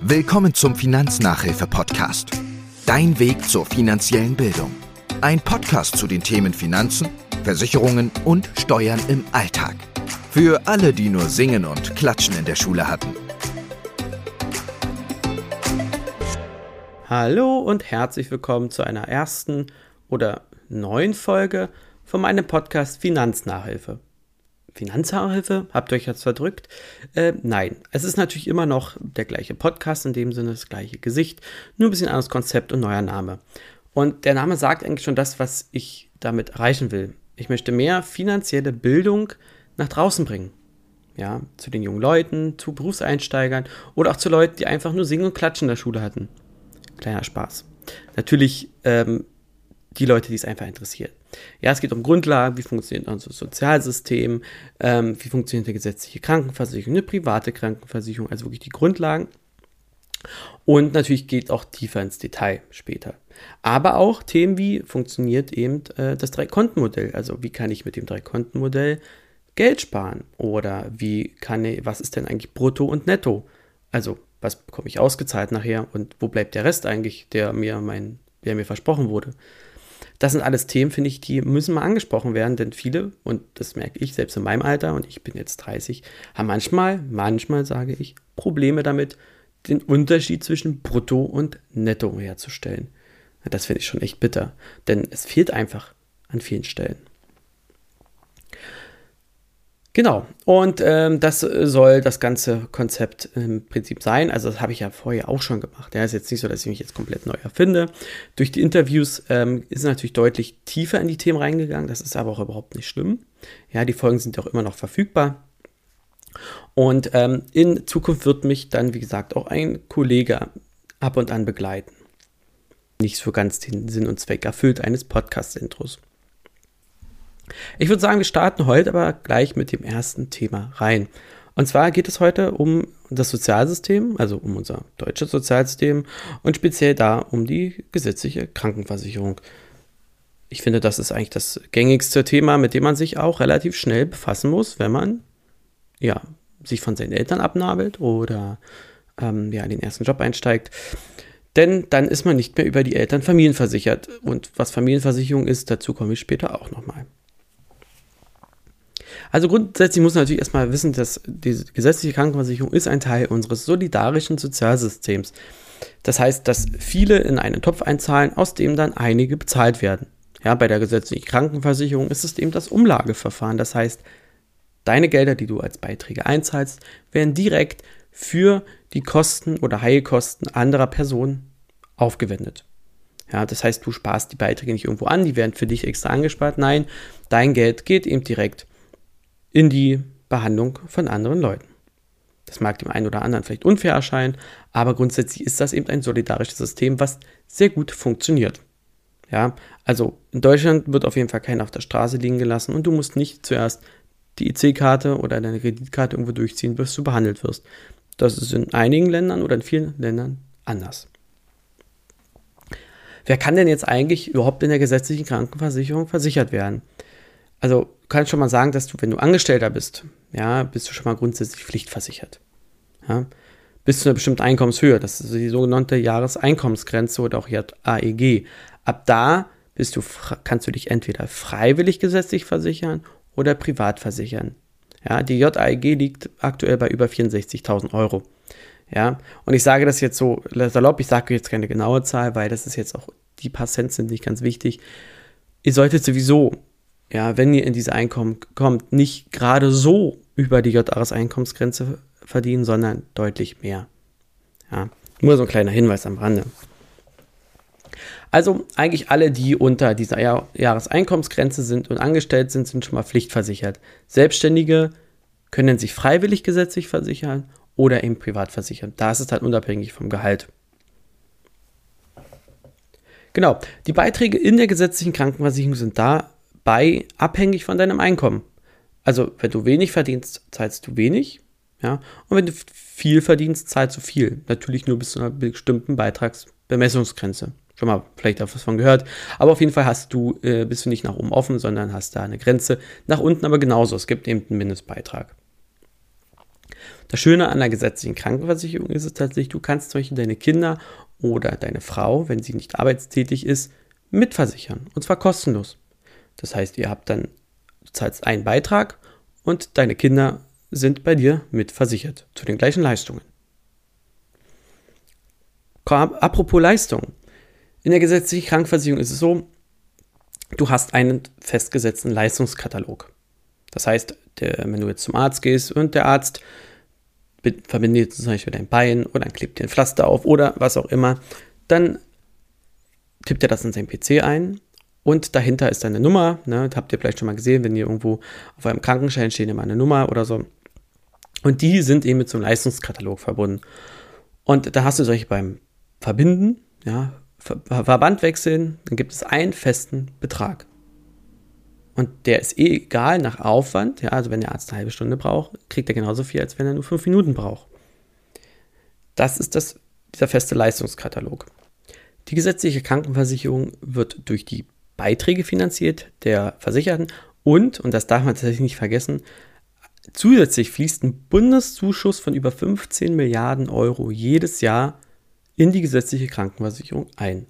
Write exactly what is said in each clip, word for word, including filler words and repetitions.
Willkommen zum Finanznachhilfe-Podcast. Dein Weg zur finanziellen Bildung. Ein Podcast zu den Themen Finanzen, Versicherungen und Steuern im Alltag. Für alle, die nur Singen und Klatschen in der Schule hatten. Hallo und herzlich willkommen zu einer ersten oder neuen Folge von meinem Podcast Finanznachhilfe. Finanznachhilfe? Habt ihr euch jetzt verdrückt? Äh, nein, es ist natürlich immer noch der gleiche Podcast, in dem Sinne das gleiche Gesicht, nur ein bisschen anderes Konzept und neuer Name. Und der Name sagt eigentlich schon das, was ich damit erreichen will. Ich möchte mehr finanzielle Bildung nach draußen bringen. Ja, zu den jungen Leuten, zu Berufseinsteigern oder auch zu Leuten, die einfach nur Singen und Klatschen in der Schule hatten. Kleiner Spaß. Natürlich ähm, die Leute, die es einfach interessiert. Ja, es geht um Grundlagen, wie funktioniert unser Sozialsystem, ähm, wie funktioniert eine gesetzliche Krankenversicherung, eine private Krankenversicherung, also wirklich die Grundlagen. Und natürlich geht auch tiefer ins Detail später. Aber auch Themen wie funktioniert eben äh, das Drei-Konten-Modell, also wie kann ich mit dem Drei-Konten-Modell Geld sparen oder wie kann ich, was ist denn eigentlich Brutto und Netto? Also was bekomme ich ausgezahlt nachher und wo bleibt der Rest eigentlich, der mir mein, der mir versprochen wurde? Das sind alles Themen, finde ich, die müssen mal angesprochen werden, denn viele, und das merke ich selbst in meinem Alter, und ich bin jetzt dreißig, haben manchmal, manchmal sage ich, Probleme damit, den Unterschied zwischen Brutto und Netto herzustellen. Das finde ich schon echt bitter, denn es fehlt einfach an vielen Stellen. Genau, und ähm, das soll das ganze Konzept im Prinzip sein. Also das habe ich ja vorher auch schon gemacht. Ja, ist jetzt nicht so, dass ich mich jetzt komplett neu erfinde. Durch die Interviews ähm, ist es natürlich deutlich tiefer in die Themen reingegangen. Das ist aber auch überhaupt nicht schlimm. Ja, die Folgen sind auch immer noch verfügbar. Und ähm, in Zukunft wird mich dann, wie gesagt, auch ein Kollege ab und an begleiten. Nicht so ganz den Sinn und Zweck erfüllt eines Podcast-Intros. Ich würde sagen, wir starten heute aber gleich mit dem ersten Thema rein. Und zwar geht es heute um das Sozialsystem, also um unser deutsches Sozialsystem und speziell da um die gesetzliche Krankenversicherung. Ich finde, das ist eigentlich das gängigste Thema, mit dem man sich auch relativ schnell befassen muss, wenn man ja, sich von seinen Eltern abnabelt oder ähm, ja, in den ersten Job einsteigt. Denn dann ist man nicht mehr über die Eltern familienversichert. Und was Familienversicherung ist, dazu komme ich später auch nochmal. Also grundsätzlich muss man natürlich erstmal wissen, dass die gesetzliche Krankenversicherung ist ein Teil unseres solidarischen Sozialsystems. Das heißt, dass viele in einen Topf einzahlen, aus dem dann einige bezahlt werden. Ja, bei der gesetzlichen Krankenversicherung ist es eben das Umlageverfahren. Das heißt, deine Gelder, die du als Beiträge einzahlst, werden direkt für die Kosten oder Heilkosten anderer Personen aufgewendet. Ja, das heißt, du sparst die Beiträge nicht irgendwo an, die werden für dich extra angespart. Nein, dein Geld geht eben direkt in die Behandlung von anderen Leuten. Das mag dem einen oder anderen vielleicht unfair erscheinen, aber grundsätzlich ist das eben ein solidarisches System, was sehr gut funktioniert. Ja, also in Deutschland wird auf jeden Fall keiner auf der Straße liegen gelassen und du musst nicht zuerst die I C-Karte oder deine Kreditkarte irgendwo durchziehen, bis du behandelt wirst. Das ist in einigen Ländern oder in vielen Ländern anders. Wer kann denn jetzt eigentlich überhaupt in der gesetzlichen Krankenversicherung versichert werden? Also du kannst schon mal sagen, dass du, wenn du Angestellter bist, ja, bist du schon mal grundsätzlich pflichtversichert. Ja, bis zu einer bestimmten Einkommenshöhe, das ist die sogenannte Jahreseinkommensgrenze oder auch J A E G. Ab da bist du, kannst du dich entweder freiwillig gesetzlich versichern oder privat versichern. Ja, die J A E G liegt aktuell bei über vierundsechzigtausend Euro. Ja, und ich sage das jetzt so salopp, ich sage jetzt keine genaue Zahl, weil das ist jetzt auch, die paar Cent sind nicht ganz wichtig. Ihr solltet sowieso, ja, wenn ihr in diese Einkommen kommt, nicht gerade so über die Jahreseinkommensgrenze verdienen, sondern deutlich mehr. Ja, nur so ein kleiner Hinweis am Rande. Also eigentlich alle, die unter dieser Jahr- Jahreseinkommensgrenze sind und angestellt sind, sind schon mal pflichtversichert. Selbstständige können sich freiwillig gesetzlich versichern oder eben privat versichern. Da ist es dann unabhängig vom Gehalt. Genau, die Beiträge in der gesetzlichen Krankenversicherung sind dabei abhängig von deinem Einkommen. Also wenn du wenig verdienst, zahlst du wenig. Ja? Und wenn du viel verdienst, zahlst du viel. Natürlich nur bis zu einer bestimmten Beitragsbemessungsgrenze. Schon mal vielleicht etwas von gehört. Aber auf jeden Fall hast du, äh, bist du nicht nach oben offen, sondern hast da eine Grenze. Nach unten aber genauso. Es gibt eben einen Mindestbeitrag. Das Schöne an der gesetzlichen Krankenversicherung ist es tatsächlich, du kannst zum Beispiel deine Kinder oder deine Frau, wenn sie nicht arbeitstätig ist, mitversichern. Und zwar kostenlos. Das heißt, ihr habt dann, du zahlst einen Beitrag und deine Kinder sind bei dir mitversichert zu den gleichen Leistungen. Apropos Leistung. In der gesetzlichen Krankenversicherung ist es so, du hast einen festgesetzten Leistungskatalog. Das heißt, der, wenn du jetzt zum Arzt gehst und der Arzt verbindet zum Beispiel dein Bein oder dann klebt dir ein Pflaster auf oder was auch immer, dann tippt er das in sein P C ein und dahinter ist eine Nummer, ne, habt ihr vielleicht schon mal gesehen, wenn ihr irgendwo auf eurem Krankenschein steht, immer eine Nummer oder so. Und die sind eben mit so einem Leistungskatalog verbunden. Und da hast du solche beim Verbinden, ja, Ver- Verband wechseln, dann gibt es einen festen Betrag. Und der ist eh egal nach Aufwand, ja, also wenn der Arzt eine halbe Stunde braucht, kriegt er genauso viel, als wenn er nur fünf Minuten braucht. Das ist das, dieser feste Leistungskatalog. Die gesetzliche Krankenversicherung wird durch die Beiträge finanziert der Versicherten und, und das darf man tatsächlich nicht vergessen, zusätzlich fließt ein Bundeszuschuss von über fünfzehn Milliarden Euro jedes Jahr in die gesetzliche Krankenversicherung ein.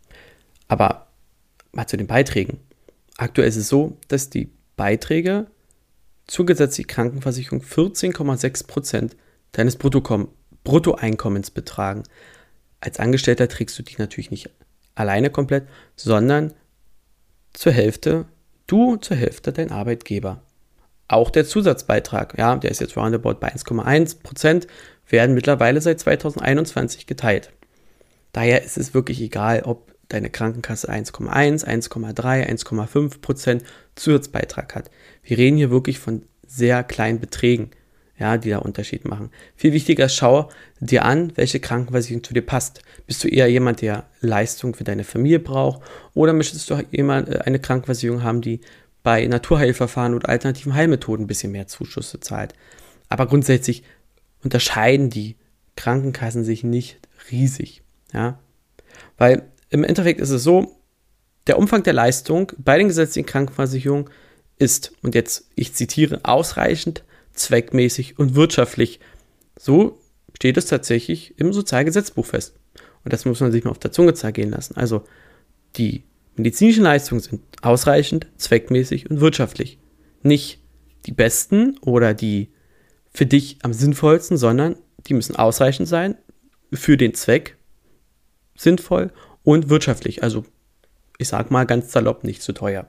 Aber mal zu den Beiträgen. Aktuell ist es so, dass die Beiträge zur gesetzlichen Krankenversicherung vierzehn Komma sechs Prozent deines Bruttokom- Bruttoeinkommens betragen. Als Angestellter trägst du die natürlich nicht alleine komplett, sondern zur Hälfte, du zur Hälfte dein Arbeitgeber. Auch der Zusatzbeitrag, ja, der ist jetzt roundabout bei eins Komma eins Prozent, werden mittlerweile seit zweitausendeinundzwanzig geteilt. Daher ist es wirklich egal, ob deine Krankenkasse eins Komma eins, eins Komma drei, eins Komma fünf Prozent Zusatzbeitrag hat. Wir reden hier wirklich von sehr kleinen Beträgen, ja, die da Unterschied machen. Viel wichtiger ist, schau dir an, welche Krankenversicherung zu dir passt. Bist du eher jemand, der Leistung für deine Familie braucht, oder möchtest du jemand, eine Krankenversicherung haben, die bei Naturheilverfahren und alternativen Heilmethoden ein bisschen mehr Zuschüsse zahlt? Aber grundsätzlich unterscheiden die Krankenkassen sich nicht riesig, ja, weil im Endeffekt ist es so, der Umfang der Leistung bei den gesetzlichen Krankenversicherungen ist, und jetzt ich zitiere, ausreichend, zweckmäßig und wirtschaftlich. So steht es tatsächlich im Sozialgesetzbuch fest. Und das muss man sich mal auf der Zunge zergehen lassen. Also die medizinischen Leistungen sind ausreichend, zweckmäßig und wirtschaftlich. Nicht die besten oder die für dich am sinnvollsten, sondern die müssen ausreichend sein, für den Zweck sinnvoll und wirtschaftlich. Also ich sag mal ganz salopp, nicht zu teuer.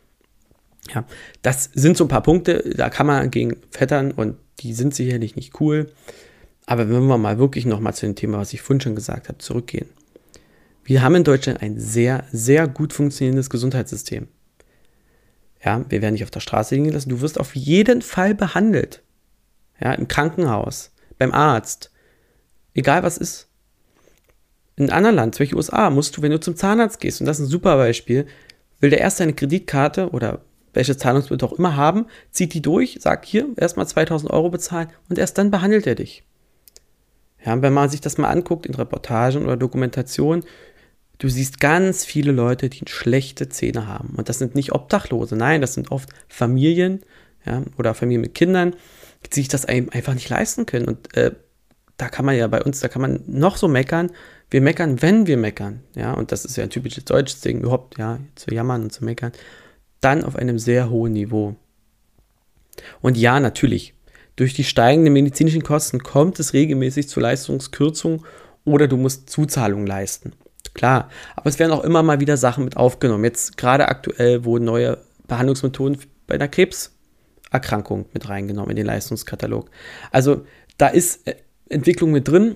Ja, das sind so ein paar Punkte, da kann man gegen fettern und die sind sicherlich nicht cool. Aber wenn wir mal wirklich nochmal zu dem Thema, was ich vorhin schon gesagt habe, zurückgehen. Wir haben in Deutschland ein sehr, sehr gut funktionierendes Gesundheitssystem. Ja, wir werden nicht auf der Straße liegen lassen. Du wirst auf jeden Fall behandelt. Ja, im Krankenhaus, beim Arzt, egal was ist. In einem anderen Land, zum Beispiel U S A, musst du, wenn du zum Zahnarzt gehst, und das ist ein super Beispiel, will der erst deine Kreditkarte oder welches Zahlungsmittel auch immer haben, zieht die durch, sagt hier, erstmal zweitausend Euro bezahlen und erst dann behandelt er dich. Ja, wenn man sich das mal anguckt in Reportagen oder Dokumentationen, du siehst ganz viele Leute, die schlechte Zähne haben. Und das sind nicht Obdachlose, nein, das sind oft Familien, ja, oder Familien mit Kindern, die sich das einfach nicht leisten können. Und äh, da kann man ja bei uns, da kann man noch so meckern. Wir meckern, wenn wir meckern. Ja, und das ist ja ein typisches deutsches Ding, überhaupt, ja, zu jammern und zu meckern. Dann auf einem sehr hohen Niveau. Und ja, natürlich, durch die steigenden medizinischen Kosten kommt es regelmäßig zu Leistungskürzungen oder du musst Zuzahlungen leisten. Klar, aber es werden auch immer mal wieder Sachen mit aufgenommen. Jetzt gerade aktuell wurden neue Behandlungsmethoden bei einer Krebserkrankung mit reingenommen in den Leistungskatalog. Also da ist Entwicklung mit drin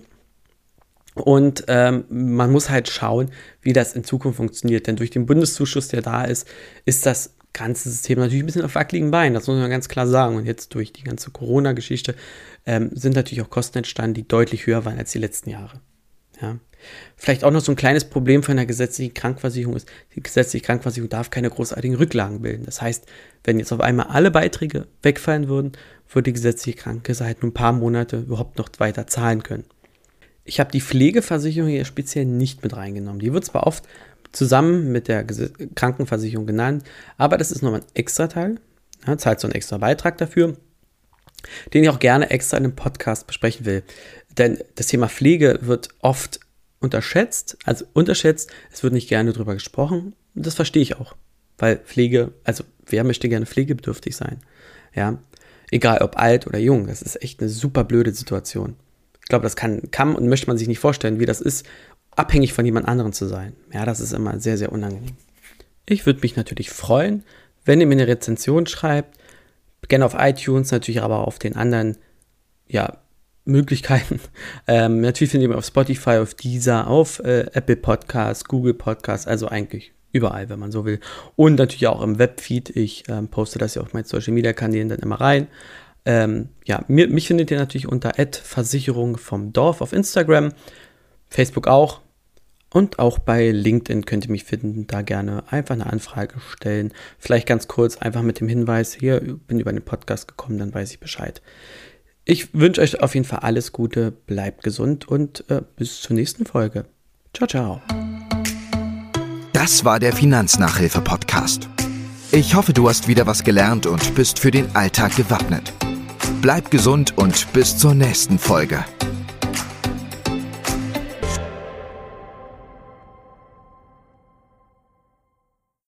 und ähm, man muss halt schauen, wie das in Zukunft funktioniert. Denn durch den Bundeszuschuss, der da ist, ist das ganze System natürlich ein bisschen auf wackeligen Beinen. Das muss man ganz klar sagen. Und jetzt durch die ganze Corona-Geschichte ähm, sind natürlich auch Kosten entstanden, die deutlich höher waren als die letzten Jahre. Ja. Vielleicht auch noch so ein kleines Problem von der gesetzlichen Krankenversicherung ist, die gesetzliche Krankenversicherung darf keine großartigen Rücklagen bilden. Das heißt, wenn jetzt auf einmal alle Beiträge wegfallen würden, würde die gesetzliche Krankenkasse halt nur ein paar Monate überhaupt noch weiter zahlen können. Ich habe die Pflegeversicherung hier speziell nicht mit reingenommen. Die wird zwar oft zusammen mit der Ges- Krankenversicherung genannt, aber das ist nochmal ein extra Teil, ja, zahlt so einen extra Beitrag dafür. den ich auch gerne extra in einem Podcast besprechen will. Denn das Thema Pflege wird oft unterschätzt, also unterschätzt, es wird nicht gerne drüber gesprochen. Und das verstehe ich auch, weil Pflege, also wer möchte gerne pflegebedürftig sein? Ja, egal ob alt oder jung, das ist echt eine super blöde Situation. Ich glaube, das kann, kann und möchte man sich nicht vorstellen, wie das ist, abhängig von jemand anderem zu sein. Ja, das ist immer sehr, sehr unangenehm. Ich würde mich natürlich freuen, wenn ihr mir eine Rezension schreibt, gerne auf iTunes, natürlich aber auch auf den anderen, ja, Möglichkeiten. Ähm, natürlich findet ihr mich auf Spotify, auf Deezer, auf äh, Apple Podcasts, Google Podcasts, also eigentlich überall, wenn man so will. Und natürlich auch im Webfeed. Ich ähm, poste das ja auf meinen Social Media Kanälen dann immer rein. Ähm, ja, mir, mich findet ihr natürlich unter at Versicherung vom Dorf auf Instagram, Facebook auch. Und auch bei LinkedIn könnt ihr mich finden, da gerne einfach eine Anfrage stellen. Vielleicht ganz kurz, einfach mit dem Hinweis, hier, bin über den Podcast gekommen, dann weiß ich Bescheid. Ich wünsche euch auf jeden Fall alles Gute, bleibt gesund und äh, bis zur nächsten Folge. Ciao, ciao. Das war der Finanznachhilfe-Podcast. Ich hoffe, du hast wieder was gelernt und bist für den Alltag gewappnet. Bleib gesund und bis zur nächsten Folge.